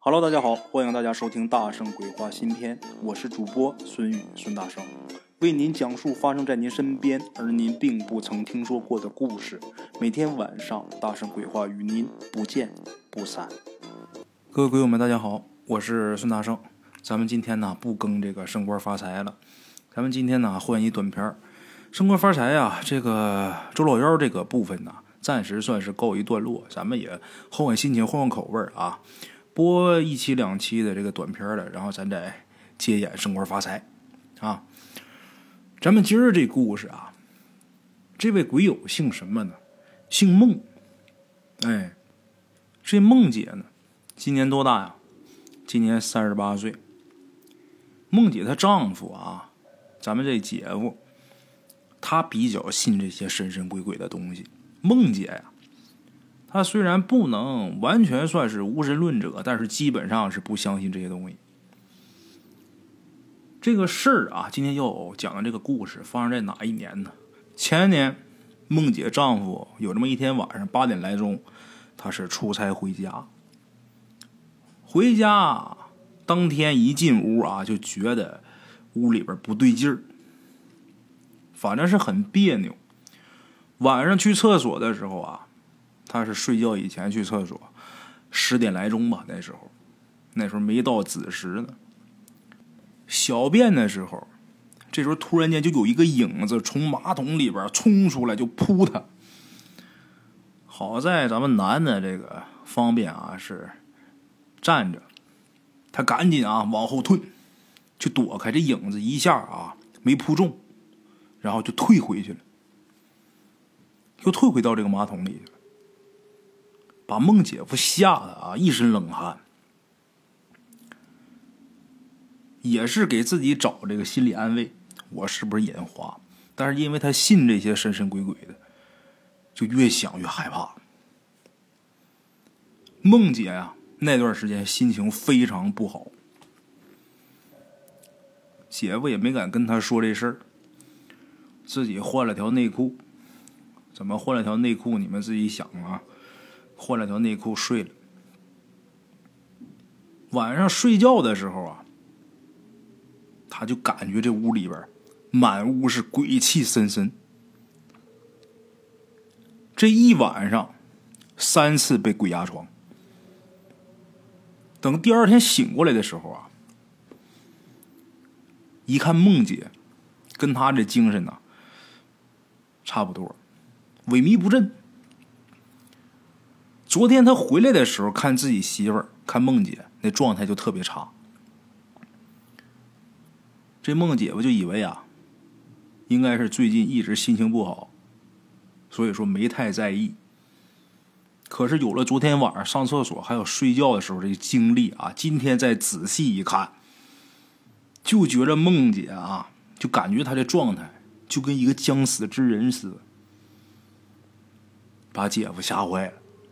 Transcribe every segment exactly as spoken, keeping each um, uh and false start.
Hello， 大家好，欢迎大家收听大圣鬼话新篇，我是主播孙宇，孙大圣，为您讲述发生在您身边而您并不曾听说过的故事。每天晚上大圣鬼话与您不见不散。各位鬼友们，大家好，我是孙大圣。咱们今天呢不更这个升官发财了，咱们今天呢换一短片。升官发财啊，这个周老幺这个部分呢，暂时算是告一段落，咱们也换换心情，换换口味啊。播一期两期的这个短片了，然后咱再接演升官发财啊。咱们今儿这故事啊，这位鬼友姓什么呢？姓孟。哎，这孟姐呢，今年多大呀？今年三十八岁。孟姐她丈夫啊，咱们这姐夫，他比较信这些神神鬼鬼的东西。孟姐呀，他虽然不能完全算是无神论者，但是基本上是不相信这些东西。这个事儿啊，今天要讲的这个故事发生在哪一年呢？前年，孟姐丈夫有这么一天晚上八点来钟，他是出差回家。回家当天一进屋啊，就觉得屋里边不对劲儿，反正是很别扭。晚上去厕所的时候啊，他是睡觉以前去厕所，十点来钟吧，那时候，那时候没到子时呢。小便的时候，这时候突然间就有一个影子从马桶里边冲出来，就扑他。好在咱们男的这个方便啊，是站着，他赶紧啊往后退，就躲开这影子，一下啊没扑中，然后就退回去了，又退回到这个马桶里去了。把孟姐夫吓得啊一身冷汗，也是给自己找这个心理安慰，我是不是眼花？但是因为他信这些神神鬼鬼的，就越想越害怕。孟姐啊那段时间心情非常不好，姐夫也没敢跟他说这事儿，自己换了条内裤。怎么换了条内裤？你们自己想啊。换了条内裤睡了。晚上睡觉的时候啊，他就感觉这屋里边满屋是鬼气森森。这一晚上三次被鬼压床。等第二天醒过来的时候啊，一看孟姐跟他这精神啊差不多，萎靡不振。昨天他回来的时候，看自己媳妇儿，看孟姐那状态就特别差。这孟姐夫就以为啊，应该是最近一直心情不好，所以说没太在意。可是有了昨天晚上上厕所还有睡觉的时候这个经历啊，今天再仔细一看，就觉着孟姐啊，就感觉她的状态就跟一个将死之人似的，把姐夫吓坏了。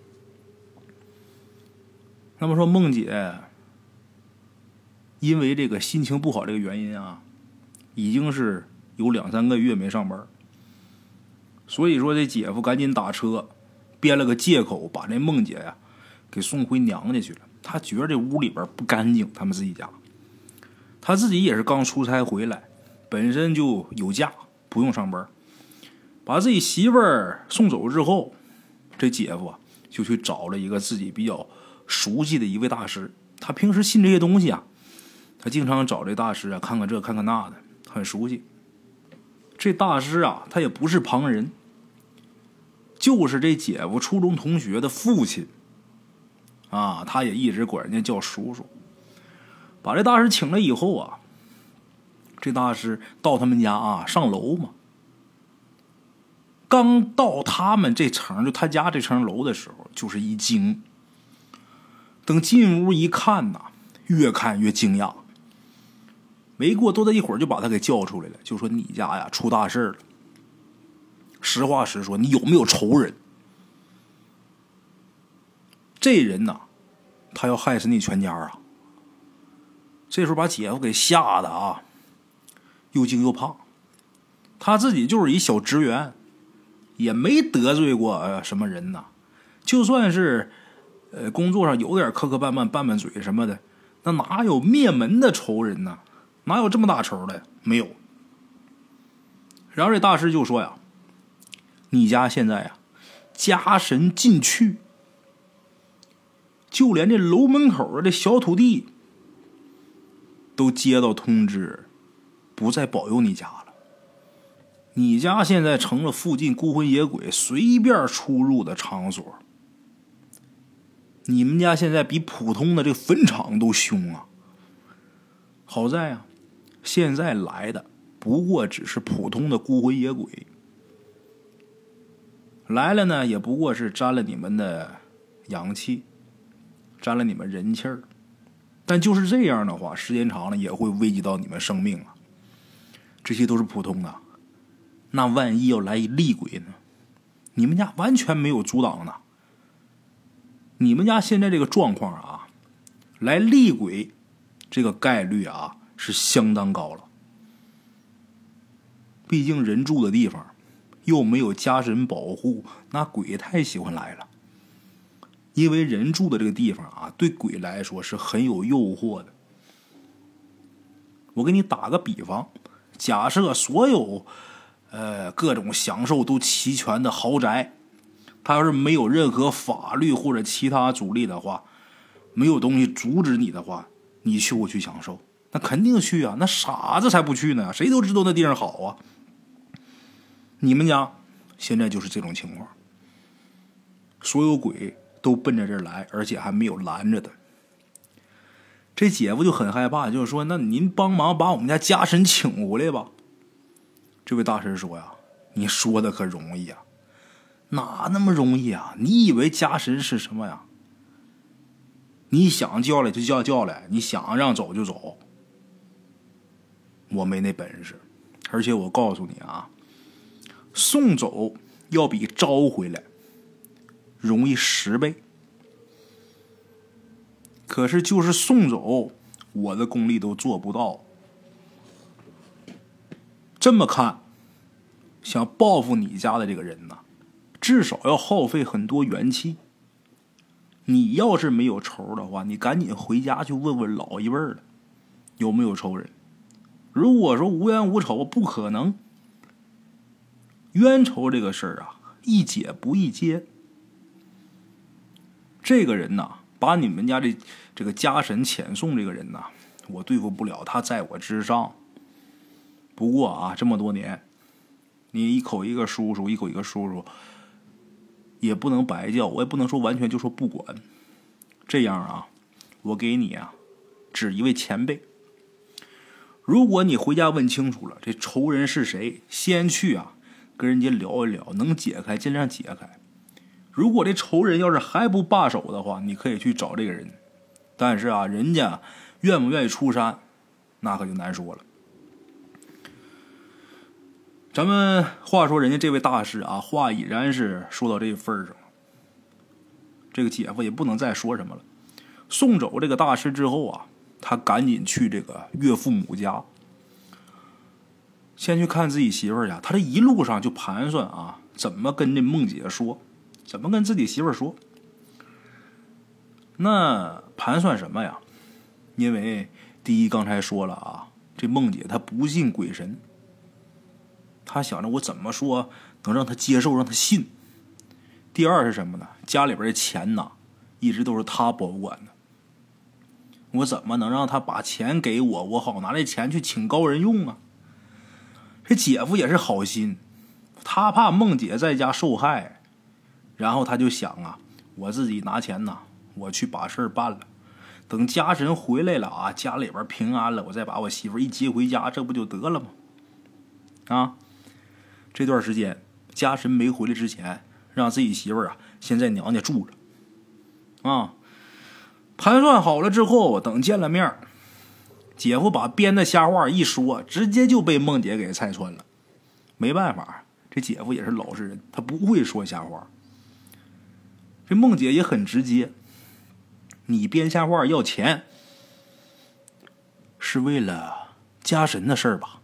那么说孟姐因为这个心情不好这个原因啊，已经是有两三个月没上班，所以说这姐夫赶紧打车编了个借口，把这孟姐呀给送回娘家去了。他觉得这屋里边不干净，他们自己家，他自己也是刚出差回来，本身就有假不用上班，把自己媳妇儿送走之后，这姐夫啊就去找了一个自己比较熟悉的一位大师。他平时信这些东西啊，他经常找这大师啊看看这看看那的，很熟悉。这大师啊他也不是旁人，就是这姐夫初中同学的父亲啊，他也一直管人家叫叔叔。把这大师请来以后啊，这大师到他们家啊上楼嘛，刚到他们这层，就他家这层楼的时候，就是一惊。等进屋一看呐，越看越惊讶。没过多大一会儿，就把他给叫出来了，就说你家呀出大事了。实话实说，你有没有仇人？这人呐，他要害死你全家啊！这时候把姐夫给吓得啊，又惊又怕。他自己就是一小职员，也没得罪过、呃、什么人呐。就算是呃，工作上有点磕磕绊绊、拌拌嘴什么的，那哪有灭门的仇人呢？哪有这么大仇的？没有。然后这大师就说呀：“你家现在呀，家神尽去，就连这楼门口的这小土地都接到通知，不再保佑你家了。你家现在成了附近孤魂野鬼随便出入的场所。你们家现在比普通的这个坟场都凶啊！好在啊，现在来的不过只是普通的孤魂野鬼，来了呢也不过是沾了你们的阳气，沾了你们人气儿。但就是这样的话，时间长了也会危及到你们生命啊。这些都是普通的，那万一要来一厉鬼呢？你们家完全没有阻挡呢。你们家现在这个状况啊，来厉鬼这个概率啊是相当高了。毕竟人住的地方又没有家神保护，那鬼太喜欢来了。因为人住的这个地方啊，对鬼来说是很有诱惑的。我给你打个比方，假设所有呃各种享受都齐全的豪宅，它要是没有任何法律或者其他阻力的话，没有东西阻止你的话，你去不去享受？那肯定去啊，那傻子才不去呢，谁都知道那地方好啊。你们家现在就是这种情况，所有鬼都奔着这儿来，而且还没有拦着的。这姐夫就很害怕，就是说，那您帮忙把我们家家神请回来吧。这位大师说呀，你说的可容易啊，哪那么容易啊？你以为家神是什么呀？你想叫来就叫叫来，你想让走就走。我没那本事，而且我告诉你啊，送走要比招回来容易十倍。可是就是送走，我的功力都做不到。这么看，想报复你家的这个人呢，至少要耗费很多元气。你要是没有仇的话，你赶紧回家去问问老一辈的有没有仇人。如果说无冤无仇，不可能。冤仇这个事儿啊，易解不易结。这个人呐，把你们家这这个家神遣送这个人呐，我对付不了，他在我之上。不过啊，这么多年，你一口一个叔叔，一口一个叔叔，也不能白叫，我也不能说完全就说不管。这样啊，我给你啊指一位前辈。如果你回家问清楚了这仇人是谁，先去啊跟人家聊一聊，能解开尽量解开。如果这仇人要是还不罢手的话，你可以去找这个人，但是啊，人家愿不愿意出山，那可就难说了。咱们话说人家这位大师啊，话已然是说到这份儿上了，这个姐夫也不能再说什么了。送走这个大师之后啊，他赶紧去这个岳父母家，先去看自己媳妇儿呀。他这一路上就盘算啊，怎么跟这梦姐说，怎么跟自己媳妇儿说。那盘算什么呀？因为第一刚才说了啊，这梦姐她不信鬼神，他想着我怎么说能让他接受，让他信。第二是什么呢？家里边的钱呐，一直都是他保管的，我怎么能让他把钱给我，我好拿这钱去请高人用啊？这姐夫也是好心，他怕梦姐在家受害，然后他就想啊，我自己拿钱呐，我去把事儿办了，等家神回来了啊，家里边平安了，我再把我媳妇一接回家，这不就得了吗？啊，这段时间家神没回来之前，让自己媳妇儿啊先在娘家住着啊。盘算好了之后，等见了面，姐夫把编的瞎话一说，直接就被梦姐给拆穿了。没办法，这姐夫也是老实人，他不会说瞎话。这梦姐也很直接，你编瞎话要钱，是为了家神的事儿吧？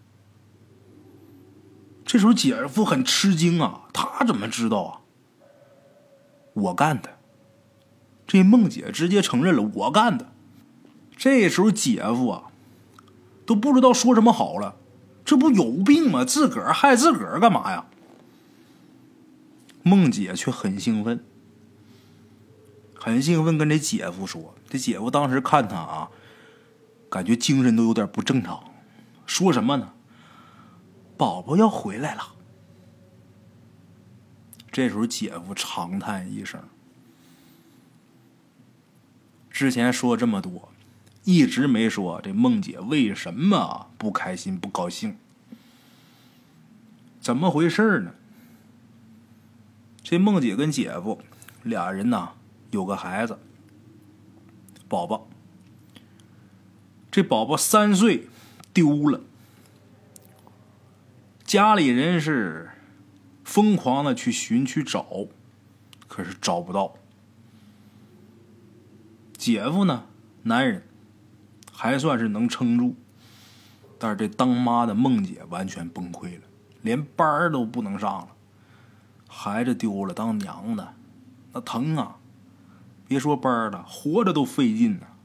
这时候姐夫很吃惊啊，他怎么知道啊？我干的。 这孟姐直接承认了，我干的。这时候姐夫啊都不知道说什么好了，这不有病吗？自个儿害自个儿干嘛呀？孟姐却很兴奋，很兴奋跟这姐夫说。这姐夫当时看他啊，感觉精神都有点不正常，说什么呢？宝宝要回来了。这时候姐夫长叹一声，之前说这么多，一直没说这孟姐为什么不开心不高兴，怎么回事呢？这孟姐跟姐夫俩人呐有个孩子宝宝，这宝宝三岁丢了，家里人是疯狂的去寻去找，可是找不到。姐夫呢，男人还算是能撑住，但是这当妈的孟姐完全崩溃了，连班都不能上了。孩子丢了，当娘的那疼啊，别说班了，活着都费劲呢。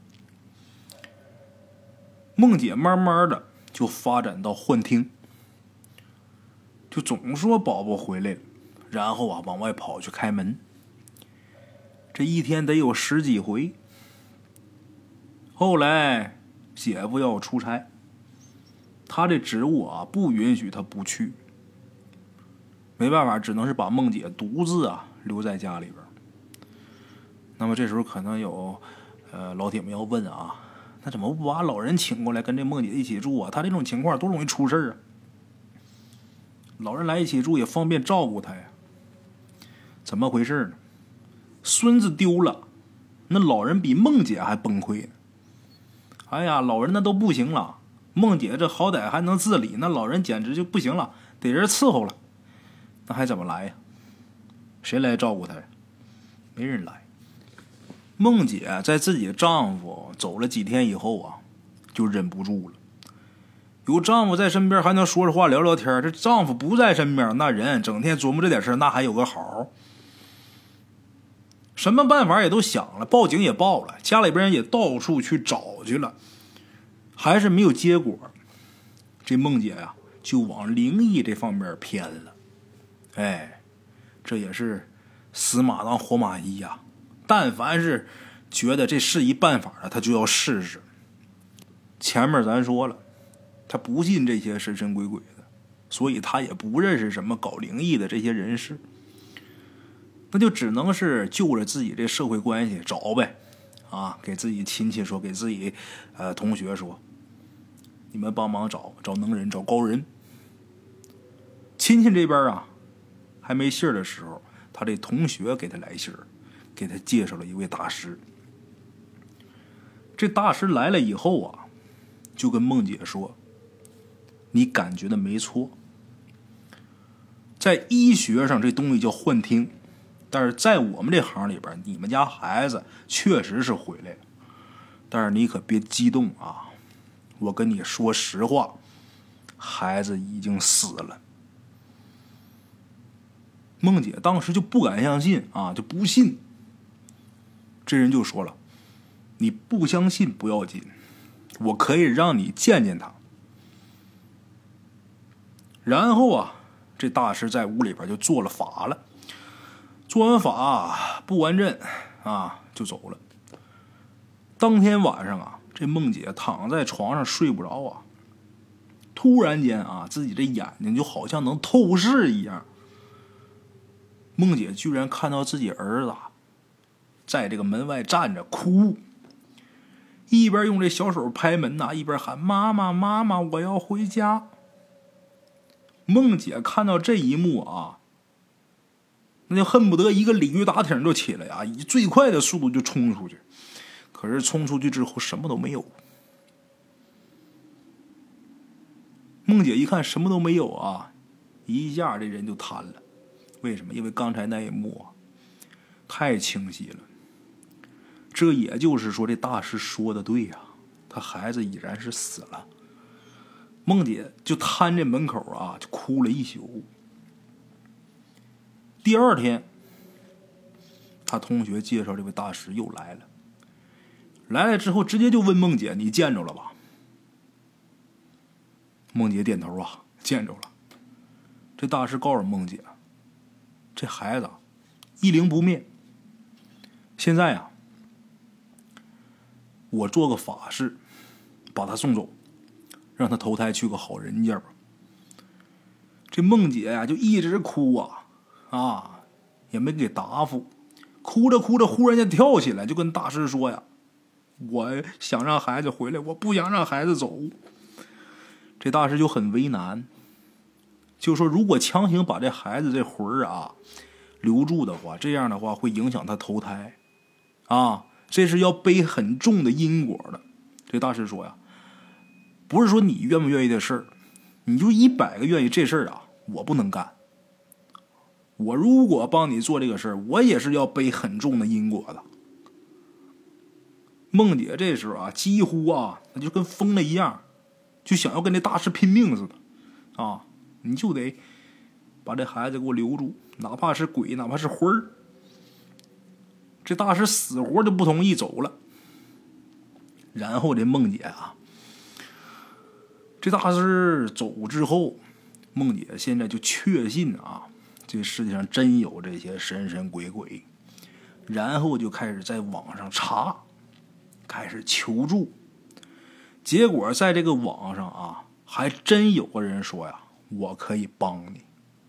孟姐慢慢的就发展到幻听，就总说宝宝回来了，然后啊往外跑去开门。这一天得有十几回。后来姐夫要出差，他这职务啊不允许他不去，没办法，只能是把孟姐独自啊留在家里边。那么这时候可能有呃老铁们要问啊，那怎么不把老人请过来跟这孟姐一起住啊？他这种情况多容易出事啊！老人来一起住也方便照顾他呀。怎么回事呢？孙子丢了，那老人比孟姐还崩溃呢。哎呀，老人那都不行了，孟姐这好歹还能自理，那老人简直就不行了，得人伺候了。那还怎么来呀？谁来照顾他呀？没人来。孟姐在自己丈夫走了几天以后啊，就忍不住了。有丈夫在身边还能说着话聊聊天，这丈夫不在身边，那人整天琢磨这点事，那还有个好？什么办法也都想了，报警也报了，家里边也到处去找去了，还是没有结果。这孟姐呀、啊，就往灵异这方面偏了。哎，这也是死马当活马医呀、啊！但凡是觉得这是一办法的，他就要试试。前面咱说了，他不信这些神神鬼鬼的，所以他也不认识什么搞灵异的这些人士。那就只能是就着自己这社会关系找呗，啊，给自己亲戚说，给自己呃同学说，你们帮忙找找能人，找高人。亲戚这边啊还没信儿的时候，他这同学给他来信儿，给他介绍了一位大师。这大师来了以后啊，就跟孟姐说：“你感觉的没错，在医学上这东西叫幻听。”但是在我们这行里边，你们家孩子确实是回来了，但是你可别激动啊！我跟你说实话，孩子已经死了。孟姐当时就不敢相信啊，就不信。这人就说了：“你不相信不要紧，我可以让你见见他。”然后啊，这大师在屋里边就做了法了。做完法布完阵啊，就走了。当天晚上啊，这孟姐躺在床上睡不着啊，突然间啊，自己这眼睛就好像能透视一样。孟姐居然看到自己儿子在这个门外站着哭，一边用这小手拍门呐、啊，一边喊妈妈妈妈，我要回家。孟姐看到这一幕啊，那就恨不得一个鲤鱼打挺就起来啊，以最快的速度就冲出去。可是冲出去之后什么都没有。孟姐一看什么都没有啊，一下这人就瘫了。为什么？因为刚才那一幕啊太清晰了。这也就是说，这大师说的对呀、啊，他孩子已然是死了。孟姐就瘫在门口啊，就哭了一宿。第二天， 他同学介绍这位大师又来了。来了之后直接就问梦姐，你见着了吧？梦姐点头啊，见着了。这大师告诉梦姐，这孩子一灵不灭，现在啊，我做个法事把他送走，让他投胎去个好人家吧。这梦姐呀、啊、就一直哭啊啊，也没给答复。哭着哭着忽然间跳起来，就跟大师说呀，我想让孩子回来，我不想让孩子走。这大师就很为难，就说如果强行把这孩子这魂儿啊留住的话，这样的话会影响他投胎啊，这是要背很重的因果的。这大师说呀，不是说你愿不愿意的事儿，你就一百个愿意，这事儿啊我不能干。我如果帮你做这个事儿，我也是要背很重的因果的。梦姐这时候啊，几乎啊，那就跟疯了一样，就想要跟这大师拼命似的啊！你就得把这孩子给我留住，哪怕是鬼，哪怕是魂儿。这大师死活就不同意走了。然后这梦姐啊，这大师走之后，梦姐现在就确信啊，这世界上真有这些神神鬼鬼，然后就开始在网上查，开始求助。结果在这个网上啊，还真有个人说呀，我可以帮你，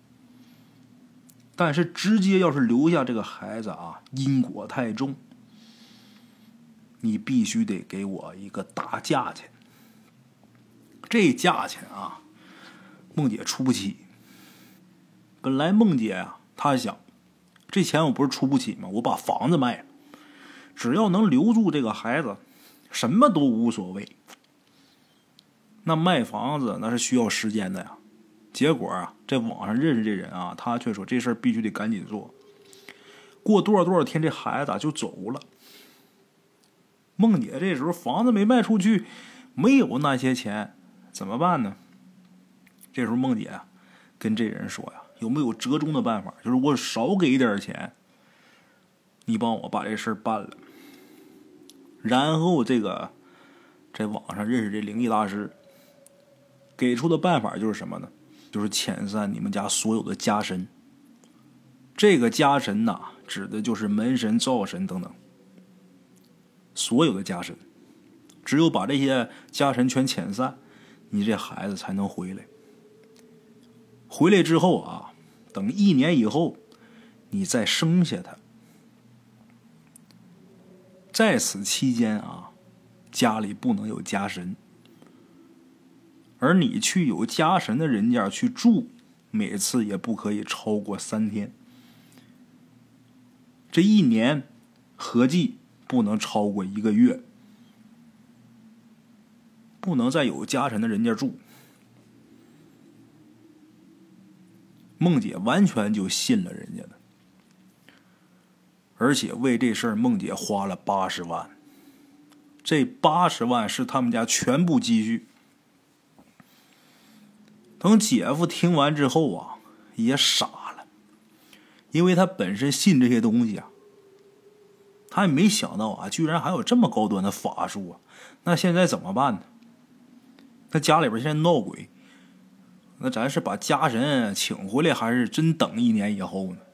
但是直接要是留下这个孩子啊，因果太重，你必须得给我一个大价钱。这价钱啊，梦姐出不起。本来梦姐啊，她想，这钱我不是出不起吗？我把房子卖了，只要能留住这个孩子，什么都无所谓。那卖房子那是需要时间的呀。结果啊，在网上认识这人啊，他却说这事儿必须得赶紧做。过多少多少天，这孩子啊就走了。梦姐这时候房子没卖出去，没有那些钱，怎么办呢？这时候梦姐啊，跟这人说呀，有没有折中的办法？就是我少给一点钱，你帮我把这事儿办了。然后这个在网上认识这灵异大师，给出的办法就是什么呢？就是遣散你们家所有的家神。这个家神呐、啊，指的就是门神、灶神等等，所有的家神。只有把这些家神全遣散，你这孩子才能回来。回来之后啊，等一年以后，你再生下他。在此期间啊，家里不能有家神，而你去有家神的人家去住，每次也不可以超过三天。这一年合计不能超过一个月，不能再有家神的人家住。梦姐完全就信了人家的，而且为这事儿梦姐花了八十万，这八十万是他们家全部积蓄。等姐夫听完之后啊，也傻了，因为他本身信这些东西啊，他也没想到啊，居然还有这么高端的法术啊！那现在怎么办呢？那家里边现在闹鬼，那咱是把家神请回来，还是真等一年以后呢？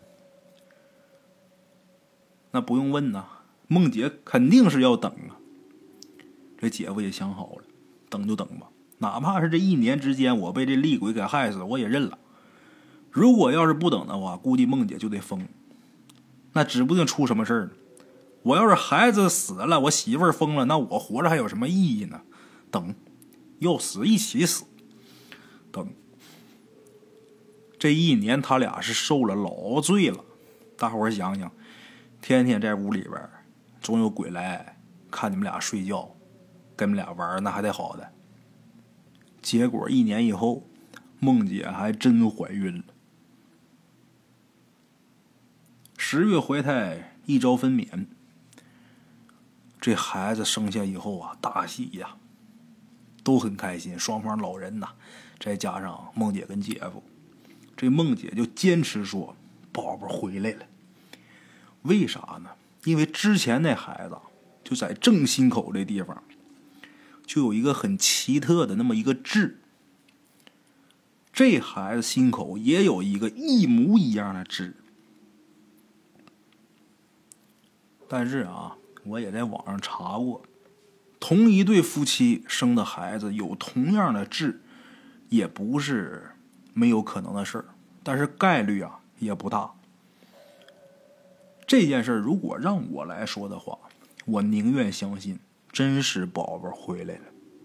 那不用问呐，梦姐肯定是要等啊。这姐夫也想好了，等就等吧，哪怕是这一年之间我被这厉鬼给害死，我也认了。如果要是不等的话，估计梦姐就得疯，那指不定出什么事儿呢。我要是孩子死了，我媳妇儿疯了，那我活着还有什么意义呢？等，要死一起死。等，这一年他俩是受了老罪了。大伙儿想想，天天在屋里边，总有鬼来看你们俩睡觉，跟你们俩玩，那还得好的。结果一年以后，梦姐还真怀孕了。十月怀胎，一朝分娩。这孩子生下以后啊，大喜呀，都很开心。双方老人呐，再加上梦姐跟姐夫，这梦姐就坚持说：“宝宝回来了。” 为啥呢？因为之前那孩子就在正心口这地方就有一个很奇特的那么一个痣，这孩子心口也有一个一模一样的痣。但是啊，我也在网上查过，同一对夫妻生的孩子有同样的痣，也不是没有可能的事儿，但是概率啊也不大。这件事如果让我来说的话，我宁愿相信真实宝宝回来了。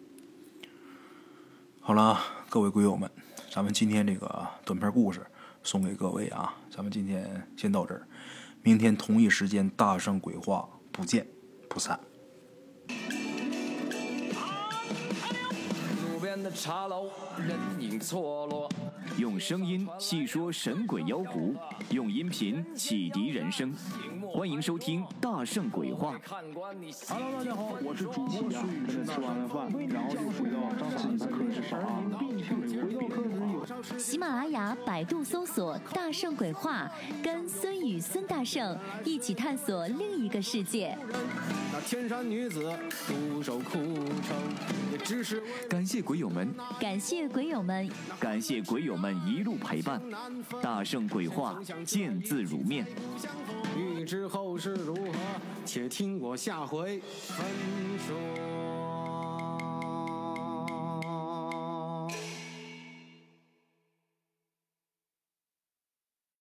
好了，各位鬼友们，咱们今天这个短篇故事送给各位啊，咱们今天先到这儿，明天同一时间大圣鬼话不见不散。 路边的茶楼，人影错落，用声音细说神鬼妖狐，用音频启迪人生。欢迎收听《大圣鬼话》。 Hello， 大家好，我是主播孙宇。吃完了饭，然后就回到自己的课室上啊。 喜马拉雅、百度搜索“大圣鬼话”，跟孙宇、孙大圣一起探索另一个世界。 那天山女子独守空城，也只是感谢鬼友们， 感谢鬼友们， 感谢鬼友们一路陪伴。大圣鬼话，见字如面。欲知后事如何，且听我下回分说。